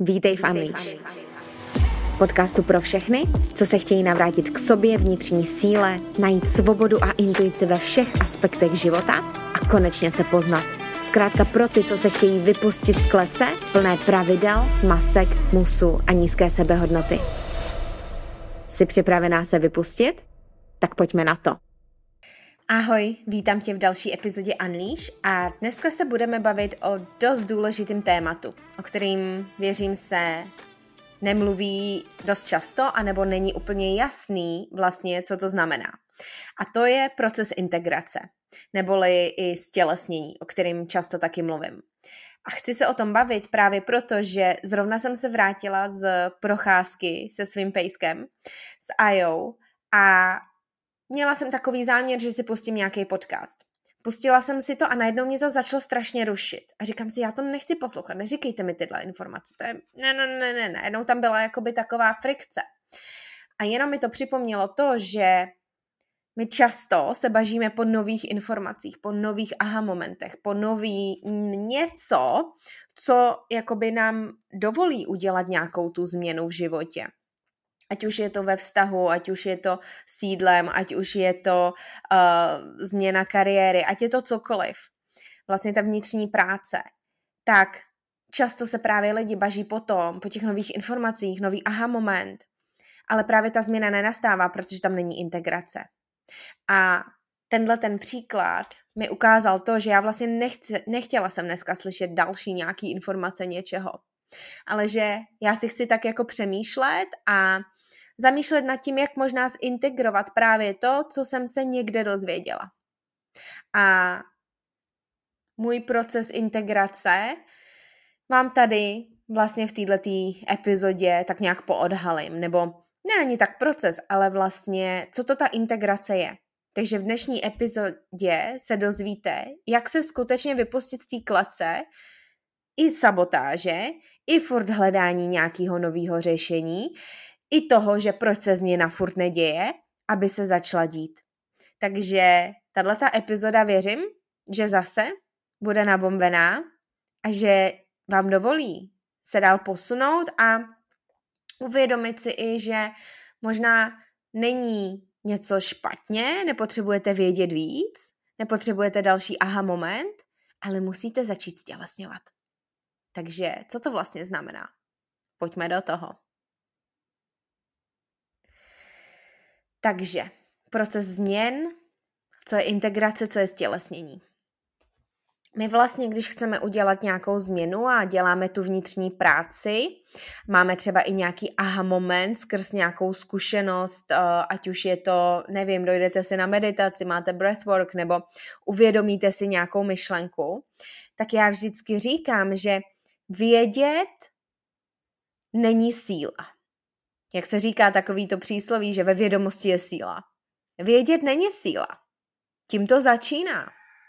Vítej v Unleash. Podcastu pro všechny, co se chtějí navrátit k sobě, vnitřní síle, najít svobodu a intuici ve všech aspektech života a konečně se poznat. Zkrátka pro ty, co se chtějí vypustit z klece, plné pravidel, masek, musu a nízké sebehodnoty. Jsi připravená se vypustit? Tak pojďme na to. Ahoj, vítám tě v další epizodě Unleash a dneska se budeme bavit o dost důležitým tématu, o kterým, věřím se, nemluví dost často, anebo není úplně jasný vlastně, co to znamená. A to je proces integrace, neboli i stělesnění, o kterým často taky mluvím. A chci se o tom bavit právě proto, že zrovna jsem se vrátila z procházky se svým pejskem, s Ajou, a měla jsem takový záměr, že si pustím nějaký podcast. Pustila jsem si to a najednou mě to začalo strašně rušit. A říkám si, já to nechci poslouchat, neříkejte mi tyhle informace. To je, ne, najednou tam byla jakoby taková frikce. A jenom mi to připomnělo to, že my často se bažíme po nových informacích, po nových aha momentech, po nový něco, co jakoby nám dovolí udělat nějakou tu změnu v životě. Ať už je to ve vztahu, ať už je to s jídlem, ať už je to změna kariéry, ať je to cokoliv. Vlastně ta vnitřní práce. Tak často se právě lidi baží po těch nových informacích, nový aha moment. Ale právě ta změna nenastává, protože tam není integrace. A ten příklad mi ukázal to, že já vlastně nechtěla jsem dneska slyšet další nějaký informace něčeho. Ale že já si chci tak jako přemýšlet a zamýšlet nad tím, jak možná zintegrovat právě to, co jsem se někde dozvěděla. A můj proces integrace vám tady vlastně v této epizodě tak nějak poodhalím, nebo ne ani tak proces, ale vlastně, co to ta integrace je. Takže v dnešní epizodě se dozvíte, jak se skutečně vypustit z té klece, i sabotáže, i furt hledání nějakého nového řešení, i toho, že proč se změna furt neděje, aby se začala dít. Takže tato epizoda věřím, že zase bude nabombená a že vám dovolí se dál posunout a uvědomit si i, že možná není něco špatně, nepotřebujete vědět víc, nepotřebujete další aha moment, ale musíte začít stělesňovat. Takže co to vlastně znamená? Pojďme do toho. Takže proces změn, co je integrace, co je stělesnění. My vlastně, když chceme udělat nějakou změnu a děláme tu vnitřní práci, máme třeba i nějaký aha moment skrz nějakou zkušenost, ať už je to, nevím, dojdete si na meditaci, máte breathwork nebo uvědomíte si nějakou myšlenku, tak já vždycky říkám, že vědět není síla. Jak se říká takový to přísloví, že ve vědomosti je síla. Vědět není síla. Tím to začíná.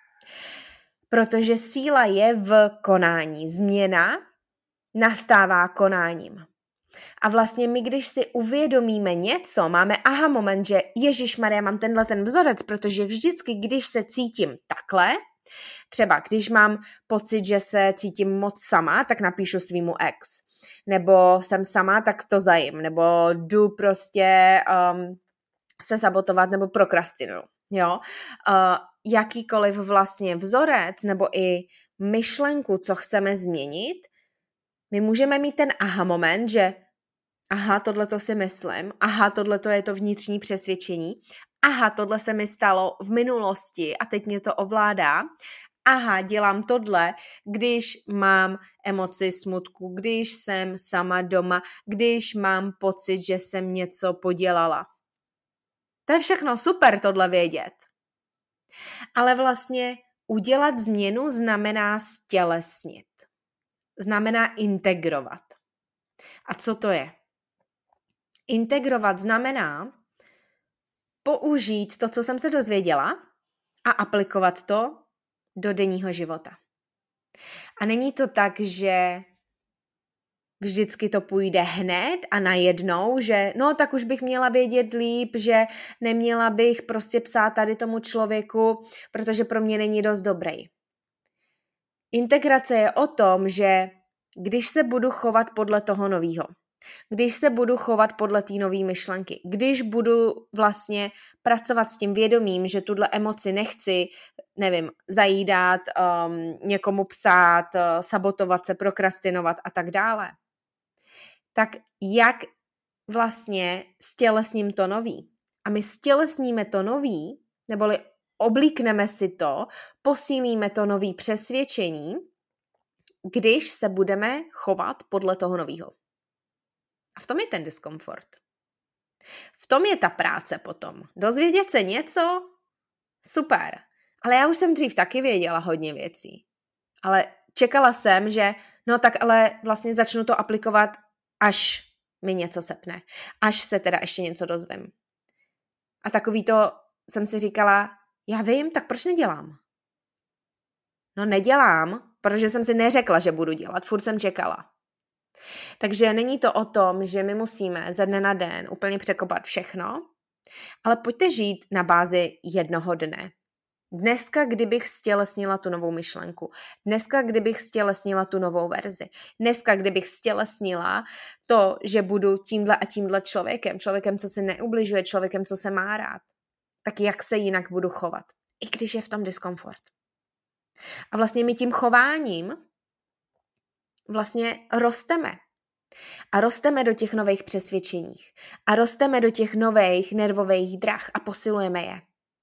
Protože síla je v konání. Změna nastává konáním. A vlastně my, když si uvědomíme něco, máme aha moment, že Ježišmarja, mám ten vzorec, protože vždycky, když se cítím takhle, třeba když mám pocit, že se cítím moc sama, tak napíšu svýmu ex. Nebo jsem sama, tak to zajím. Nebo jdu prostě se sabotovat nebo prokrastinuju. Jo? Jakýkoliv vlastně vzorec nebo i myšlenku, co chceme změnit, my můžeme mít ten aha moment, že aha, tohleto si myslím, aha, tohleto je to vnitřní přesvědčení, aha, tohle se mi stalo v minulosti a teď mě to ovládá, aha, dělám tohle, když mám emoci smutku, když jsem sama doma, když mám pocit, že jsem něco podělala. To je všechno super tohle vědět. Ale vlastně udělat změnu znamená stělesnit. Znamená integrovat. A co to je? Integrovat znamená použít to, co jsem se dozvěděla a aplikovat to do denního života. A není to tak, že vždycky to půjde hned a najednou, že no tak už bych měla vědět líp, že neměla bych prostě psát tady tomu člověku, protože pro mě není dost dobrý. Integrace je o tom, že když se budu chovat podle toho novýho, když se budu chovat podle té nové myšlenky, když budu vlastně pracovat s tím vědomím, že tuhle emoci nechci, nevím, zajídat, někomu psát, sabotovat se, prokrastinovat a tak dále, tak jak vlastně stělesním to nový? A my stělesníme to nový, neboli oblíkneme si to, posílíme to nový přesvědčení, když se budeme chovat podle toho novýho. A v tom je ten diskomfort. V tom je ta práce potom. Dozvědět se něco? Super. Ale já už jsem dřív taky věděla hodně věcí. Ale čekala jsem, že no tak ale vlastně začnu to aplikovat, až mi něco sepne. Až se teda ještě něco dozvím. A takový to jsem si říkala, já vím, tak proč nedělám? No nedělám, protože jsem si neřekla, že budu dělat. Furt jsem čekala. Takže není to o tom, že my musíme ze dne na den úplně překopat všechno, ale pojďte žít na bázi jednoho dne. Dneska, kdybych stělesnila tu novou myšlenku, dneska, kdybych stělesnila tu novou verzi, dneska, kdybych stělesnila to, že budu tímhle a tímhle člověkem, co se neubližuje, člověkem, co se má rád, tak jak se jinak budu chovat, i když je v tom diskomfort. A vlastně my tím chováním vlastně rosteme. A rosteme do těch nových přesvědčeních. A rosteme do těch nových nervových drah a posilujeme je.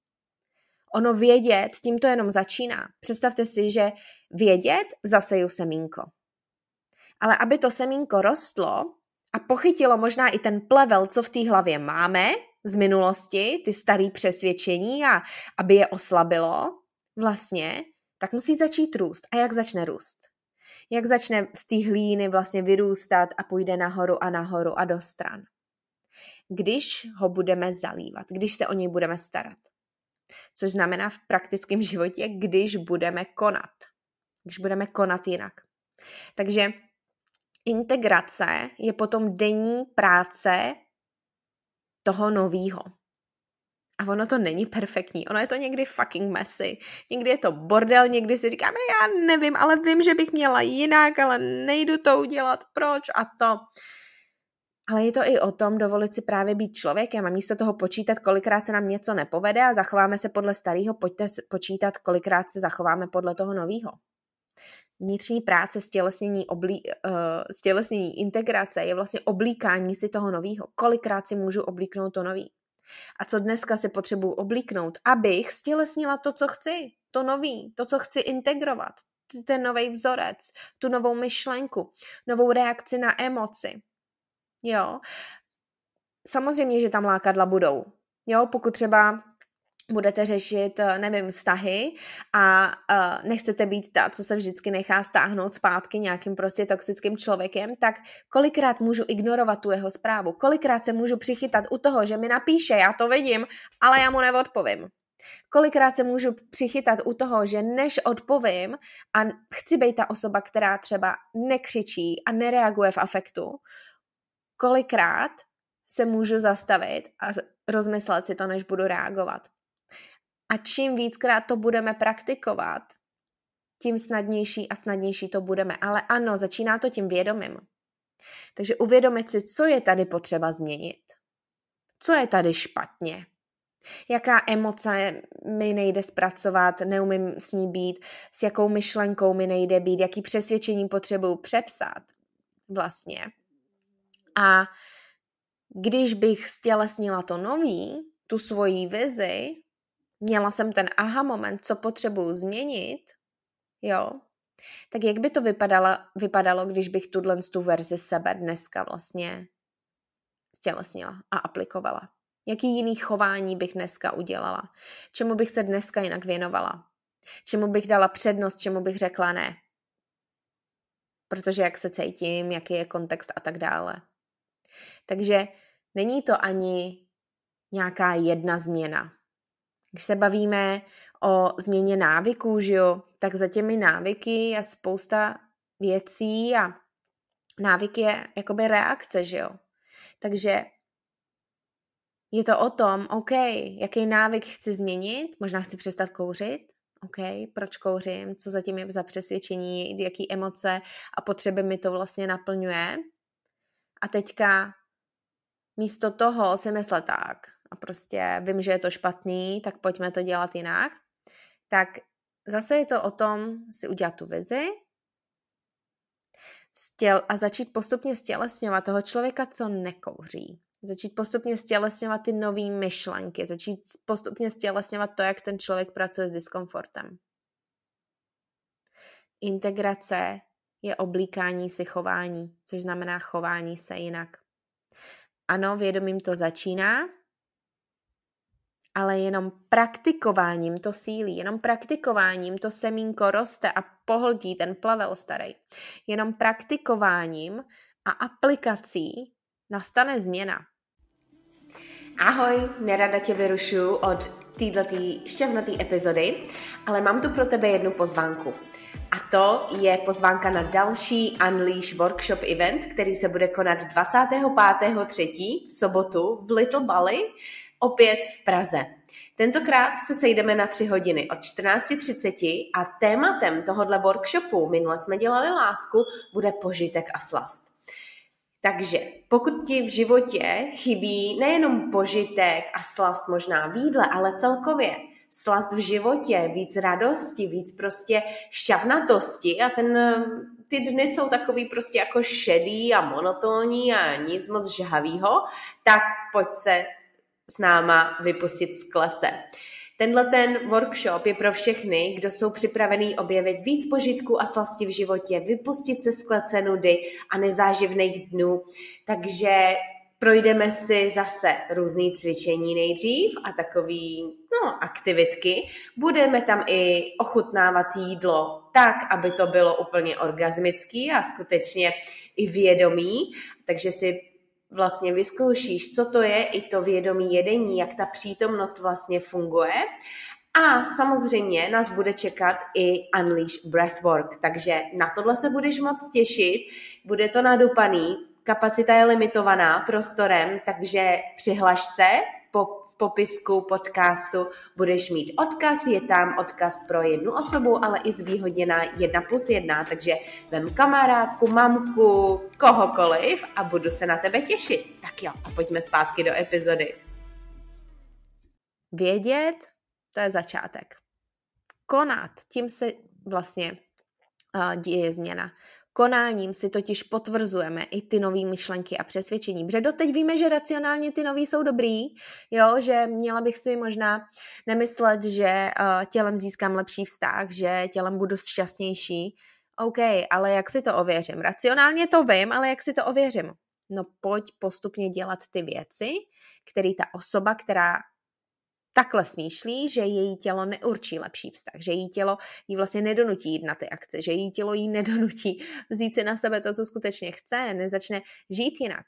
Ono vědět, tím to jenom začíná. Představte si, že vědět zaseju semínko. Ale aby to semínko rostlo a pochytilo možná i ten plevel, co v té hlavě máme z minulosti, ty staré přesvědčení a aby je oslabilo vlastně, tak musí začít růst. A jak začne růst? Jak začne z té hlíny vlastně vyrůstat a půjde nahoru a nahoru a do stran. Když ho budeme zalívat, když se o něj budeme starat. Což znamená v praktickém životě, když budeme konat. Když budeme konat jinak. Takže integrace je potom denní práce toho novýho. A ono to není perfektní, ono je to někdy fucking messy. Někdy je to bordel, někdy si říkáme, já nevím, ale vím, že bych měla jinak, ale nejdu to udělat, proč a to. Ale je to i o tom dovolit si právě být člověkem a místo toho počítat, kolikrát se nám něco nepovede a zachováme se podle starého, pojďte počítat, kolikrát se zachováme podle toho novýho. Vnitřní práce, stělesnění integrace je vlastně oblíkání si toho novýho. Kolikrát si můžu oblíknout to nový. A co dneska si potřebuji oblíknout, abych stělesnila to, co chci, to nový, to, co chci integrovat, ten nový vzorec, tu novou myšlenku, novou reakci na emoci. Jo. Samozřejmě, že tam lákadla budou. Jo, pokud třeba budete řešit, nevím, vztahy a nechcete být ta, co se vždycky nechá stáhnout zpátky nějakým prostě toxickým člověkem, tak kolikrát můžu ignorovat tu jeho zprávu, kolikrát se můžu přichytat u toho, že mi napíše, já to vidím, ale já mu neodpovím. Kolikrát se můžu přichytat u toho, že než odpovím a chci být ta osoba, která třeba nekřičí a nereaguje v afektu, kolikrát se můžu zastavit a rozmyslet si to, než budu reagovat. A čím víckrát to budeme praktikovat, tím snadnější a snadnější to budeme. Ale ano, začíná to tím vědomím. Takže uvědomit si, co je tady potřeba změnit. Co je tady špatně. Jaká emoce mi nejde zpracovat, neumím s ní být, s jakou myšlenkou mi nejde být, jaký přesvědčení potřebuju přepsat vlastně. A když bych stělesnila to nový, tu svoji vizi, měla jsem ten aha moment, co potřebuju změnit, jo, tak jak by to vypadalo, když bych tu verzi sebe dneska vlastně stělesnila a aplikovala? Jaký jiný chování bych dneska udělala? Čemu bych se dneska jinak věnovala? Čemu bych dala přednost, čemu bych řekla ne? Protože jak se cítím, jaký je kontext a tak dále. Takže není to ani nějaká jedna změna. Když se bavíme o změně návyků, že jo, tak za těmi návyky je spousta věcí a návyk je jakoby reakce, že jo. Takže je to o tom, OK, jaký návyk chci změnit, možná chci přestat kouřit, OK, proč kouřím, co zatím je za přesvědčení, jaký emoce a potřeby mi to vlastně naplňuje. A teďka místo toho si myslet tak a prostě vím, že je to špatný, tak pojďme to dělat jinak. Tak zase je to o tom si udělat tu vizi a začít postupně stělesňovat toho člověka, co nekouří. Začít postupně stělesňovat ty nový myšlenky, začít postupně stělesňovat to, jak ten člověk pracuje s diskomfortem. Integrace je oblíkání si chování, což znamená chování se jinak. Ano, vědomím to začíná, ale jenom praktikováním to sílí, jenom praktikováním to semínko roste a pohltí ten plavel starý. Jenom praktikováním a aplikací nastane změna. Ahoj, nerada tě vyrušuju od této šťavnaté epizody, ale mám tu pro tebe jednu pozvánku. A to je pozvánka na další Unleash Workshop event, který se bude konat 25.3. v sobotu v Little Bali, opět v Praze. Tentokrát se sejdeme na 3 hodiny od 14:30 a tématem tohohle workshopu, minule jsme dělali lásku, bude požitek a slast. Takže pokud ti v životě chybí nejenom požitek a slast možná v jídle, ale celkově slast v životě, víc radosti, víc prostě šťavnatosti a ty dny jsou takový prostě jako šedý a monotónní a nic moc žhavýho, tak pojď se s náma vypustit z klece. Ten workshop je pro všechny, kdo jsou připravení objevit víc požitků a slasti v životě, vypustit se z klece nudy a nezáživných dnů. Takže projdeme si zase různý cvičení nejdřív a takový aktivitky. Budeme tam i ochutnávat jídlo tak, aby to bylo úplně orgasmický a skutečně i vědomý. Takže si vlastně vyzkoušíš, co to je i to vědomí jedení, jak ta přítomnost vlastně funguje. A samozřejmě nás bude čekat i Unleash Breathwork, takže na tohle se budeš moc těšit, bude to nadupaný, kapacita je limitovaná prostorem, takže přihlaš se, v popisku podcastu budeš mít odkaz, je tam odkaz pro 1 osobu, ale i zvýhodněná 1+1, takže vem kamarádku, mamku, kohokoliv a budu se na tebe těšit. Tak jo, a pojďme zpátky do epizody. Vědět, to je začátek. Konat, tím se vlastně děje změna. Konáním si totiž potvrzujeme i ty nový myšlenky a přesvědčení. Protože doteď víme, že racionálně ty nový jsou dobrý, jo, že měla bych si možná nemyslet, že tělem získám lepší vztah, že tělem budu šťastnější. OK, ale jak si to ověřím? Racionálně to vím, ale jak si to ověřím? No pojď postupně dělat ty věci, které ta osoba, která takhle smýšlí, že její tělo neurčí lepší vztah, že její tělo jí vlastně nedonutí jít na ty akce, že její tělo jí nedonutí vzít si na sebe to, co skutečně chce, nezačne žít jinak.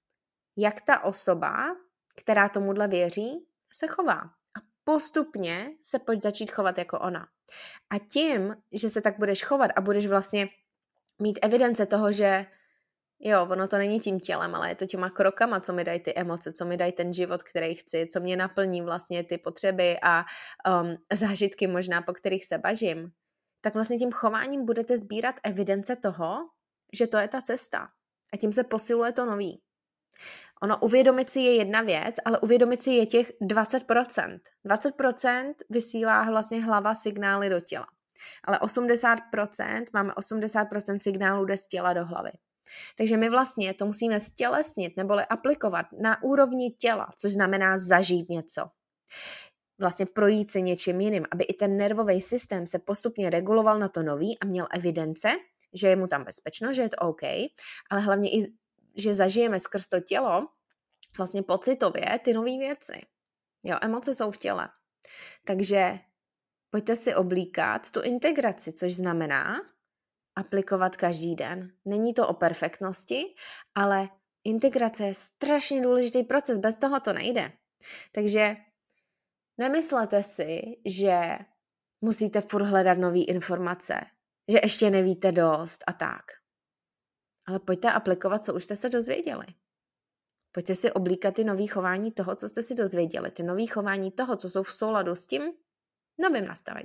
Jak ta osoba, která tomuhle věří, se chová. A postupně se pojď začít chovat jako ona. A tím, že se tak budeš chovat a budeš vlastně mít evidence toho, že jo, ono to není tím tělem, ale je to těma krokama, co mi dají ty emoce, co mi dají ten život, který chci, co mě naplní vlastně ty potřeby a zážitky možná, po kterých se bažím, tak vlastně tím chováním budete sbírat evidence toho, že to je ta cesta. A tím se posiluje to nový. Ono uvědomit si je jedna věc, ale uvědomit si je těch 20%. 20% vysílá vlastně hlava signály do těla. Ale 80%, máme 80% signálů jde z těla do hlavy. Takže my vlastně to musíme stělesnit neboli aplikovat na úrovni těla, což znamená zažít něco. Vlastně projít se něčím jiným, aby i ten nervový systém se postupně reguloval na to nový a měl evidence, že je mu tam bezpečno, že je to OK, ale hlavně i, že zažijeme skrz to tělo vlastně pocitově ty nové věci. Jo, emoce jsou v těle. Takže pojďte si oblíkat tu integraci, což znamená aplikovat každý den. Není to o perfektnosti, ale integrace je strašně důležitý proces, bez toho to nejde. Takže nemyslete si, že musíte furt hledat nové informace, že ještě nevíte dost a tak. Ale pojďte aplikovat, co už jste se dozvěděli. Pojďte si oblíkat ty nový chování toho, co jste si dozvěděli, ty nový chování toho, co jsou v souladu s tím novým nastavením.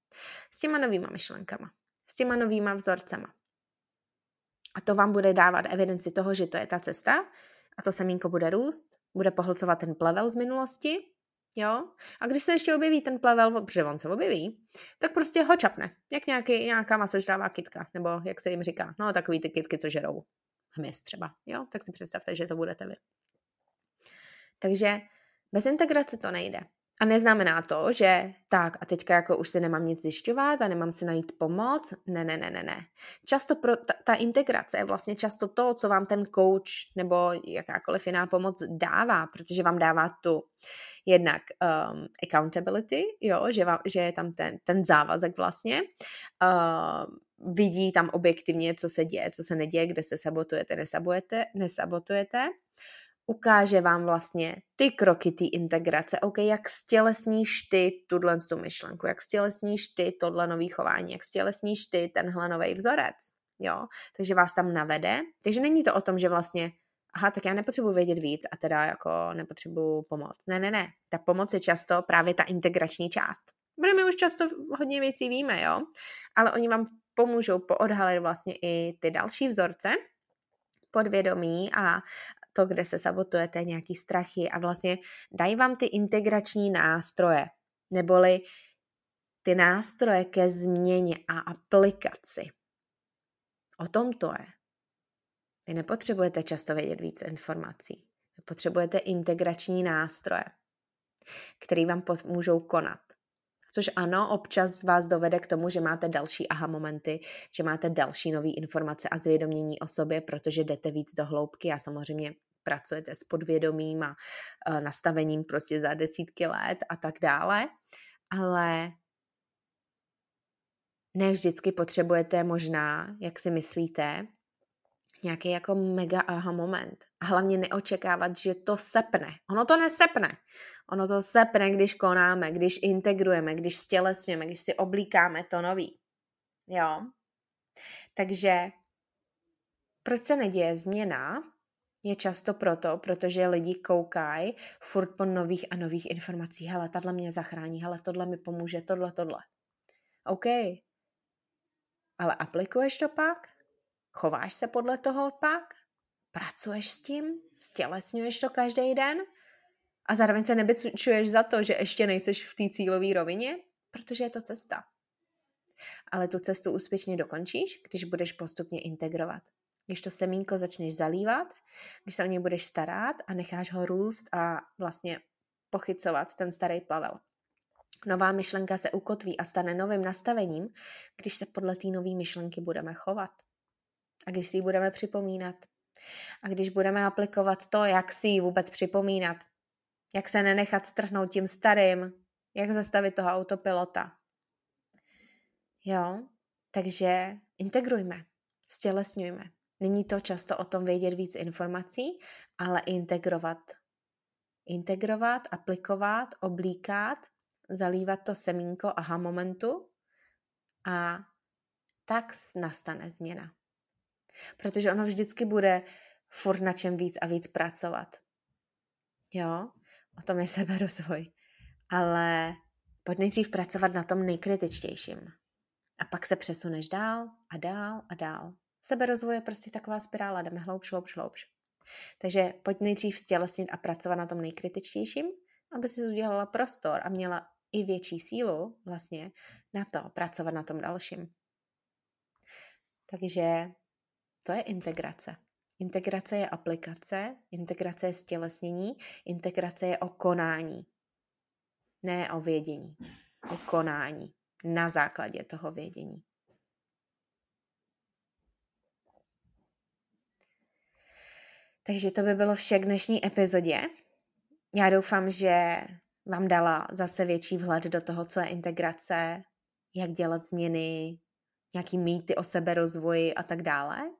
S těma novýma myšlenkama, s těma novýma vzorcema. A to vám bude dávat evidenci toho, že to je ta cesta a to semínko bude růst, bude pohlcovat ten plevel z minulosti, jo? A když se ještě objeví ten plevel, protože on se objeví, tak prostě ho čapne, jak nějaká masožravá kytka, nebo jak se jim říká, no takový ty kytky, co žerou hmyz třeba, jo? Tak si představte, že to budete vy. Takže bez integrace to nejde. A neznamená to, že tak a teďka jako už si nemám nic zjišťovat a nemám si najít pomoc. Ne. Často ta integrace je vlastně často to, co vám ten coach nebo jakákoliv jiná pomoc dává, protože vám dává tu jednak accountability, jo, že je tam ten závazek vlastně. Vidí tam objektivně, co se děje, co se neděje, kde se sabotujete, nesabotujete. Ukáže vám vlastně ty kroky té integrace, OK, jak stělesníš ty tu myšlenku, jak stělesníš ty tohle nový chování, jak stělesníš ty tenhle nový vzorec, jo, takže vás tam navede, takže není to o tom, že vlastně, aha, tak já nepotřebuji vědět víc a teda jako nepotřebuji pomoc. Ne, ta pomoc je často právě ta integrační část. Protože my už často hodně věcí víme, jo, ale oni vám pomůžou poodhalit vlastně i ty další vzorce, podvědomí a to, kde se sabotujete, nějaký strachy a vlastně dají vám ty integrační nástroje, neboli ty nástroje ke změně a aplikaci. O tom to je. Vy nepotřebujete často vědět víc informací. Vy potřebujete integrační nástroje, které vám můžou konat. Což ano, občas vás dovede k tomu, že máte další aha momenty, že máte další nové informace a zvědomění o sobě, protože jdete víc do hloubky a samozřejmě pracujete s podvědomím a nastavením prostě za desítky let a tak dále. Ale ne vždycky potřebujete možná, jak si myslíte, nějaký jako mega aha moment. A hlavně neočekávat, že to sepne. Ono to nesepne. Ono to sepne, když konáme, když integrujeme, když stělesňujeme, když si oblíkáme to nový. Jo? Takže proč se neděje změna? Je často protože lidi koukají furt po nových a nových informací. Hele, tahle mě zachrání, hele, tohle mi pomůže, tohle. OK. Ale aplikuješ to pak? Chováš se podle toho pak? Pracuješ s tím? Stělesňuješ to každý den? A zároveň se nebičuješ za to, že ještě nejseš v té cílové rovině? Protože je to cesta. Ale tu cestu úspěšně dokončíš, když budeš postupně integrovat. Když to semínko začneš zalívat, když se o něj budeš starat a necháš ho růst a vlastně pochycovat ten starý plavel. Nová myšlenka se ukotví a stane novým nastavením, když se podle té nové myšlenky budeme chovat. A když si ji budeme připomínat. A když budeme aplikovat to, jak si ji vůbec připomínat. Jak se nenechat strhnout tím starým. Jak zastavit toho autopilota. Jo? Takže integrujme. Stělesňujme. Není to často o tom vědět víc informací, ale integrovat. Integrovat, aplikovat, oblíkat, zalívat to semínko aha momentu a tak nastane změna. Protože ono vždycky bude furt na čem víc a víc pracovat. Jo? O tom je seberozvoj. Ale pojď nejdřív pracovat na tom nejkritičtějším. A pak se přesuneš dál a dál a dál. Seberozvoj je prostě taková spirála, jdeme hloubš. Takže pojď nejdřív stělesnit a pracovat na tom nejkritičtějším, aby si udělala prostor a měla i větší sílu vlastně na to pracovat na tom dalším. Takže to je integrace. Integrace je aplikace, integrace je stělesnění, integrace je o konání. Ne o vědění, o konání na základě toho vědění. Takže to by bylo vše k dnešní epizodě. Já doufám, že vám dala zase větší vhled do toho, co je integrace, jak dělat změny, nějaký mýty o seberozvoji a tak dále.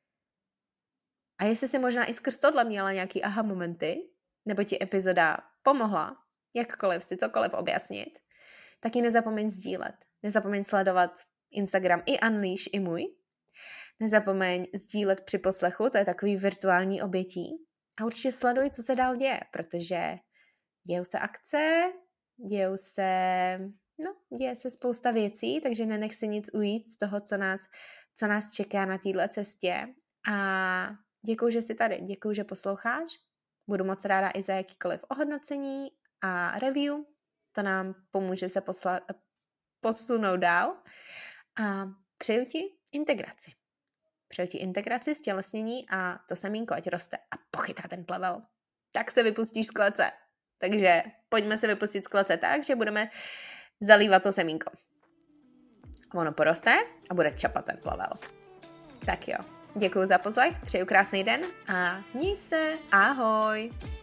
A jestli si možná i skrz tohle měla nějaký aha momenty, nebo ti epizoda pomohla, jakkoliv si cokoliv objasnit, tak ji nezapomeň sdílet. Nezapomeň sledovat Instagram i Unleash, i můj. Nezapomeň sdílet při poslechu, to je takový virtuální obětí. A určitě sleduj, co se dál děje, protože dějou se akce, dějou se děje se spousta věcí, takže nenech si nic ujít z toho, co nás čeká na této cestě. A děkuju, že jsi tady, děkuju, že posloucháš. Budu moc ráda i za jakýkoliv ohodnocení a review. To nám pomůže se posunout dál. A přeju ti integraci. Přeju ti integraci, stělesnění a to semínko, ať roste a pochytá ten plevel. Tak se vypustíš z klece. Takže pojďme se vypustit z klece tak, že budeme zalívat to semínko. Ono poroste a bude čapat ten plevel. Tak jo, děkuju za poslech, přeju krásný den a měj se, ahoj!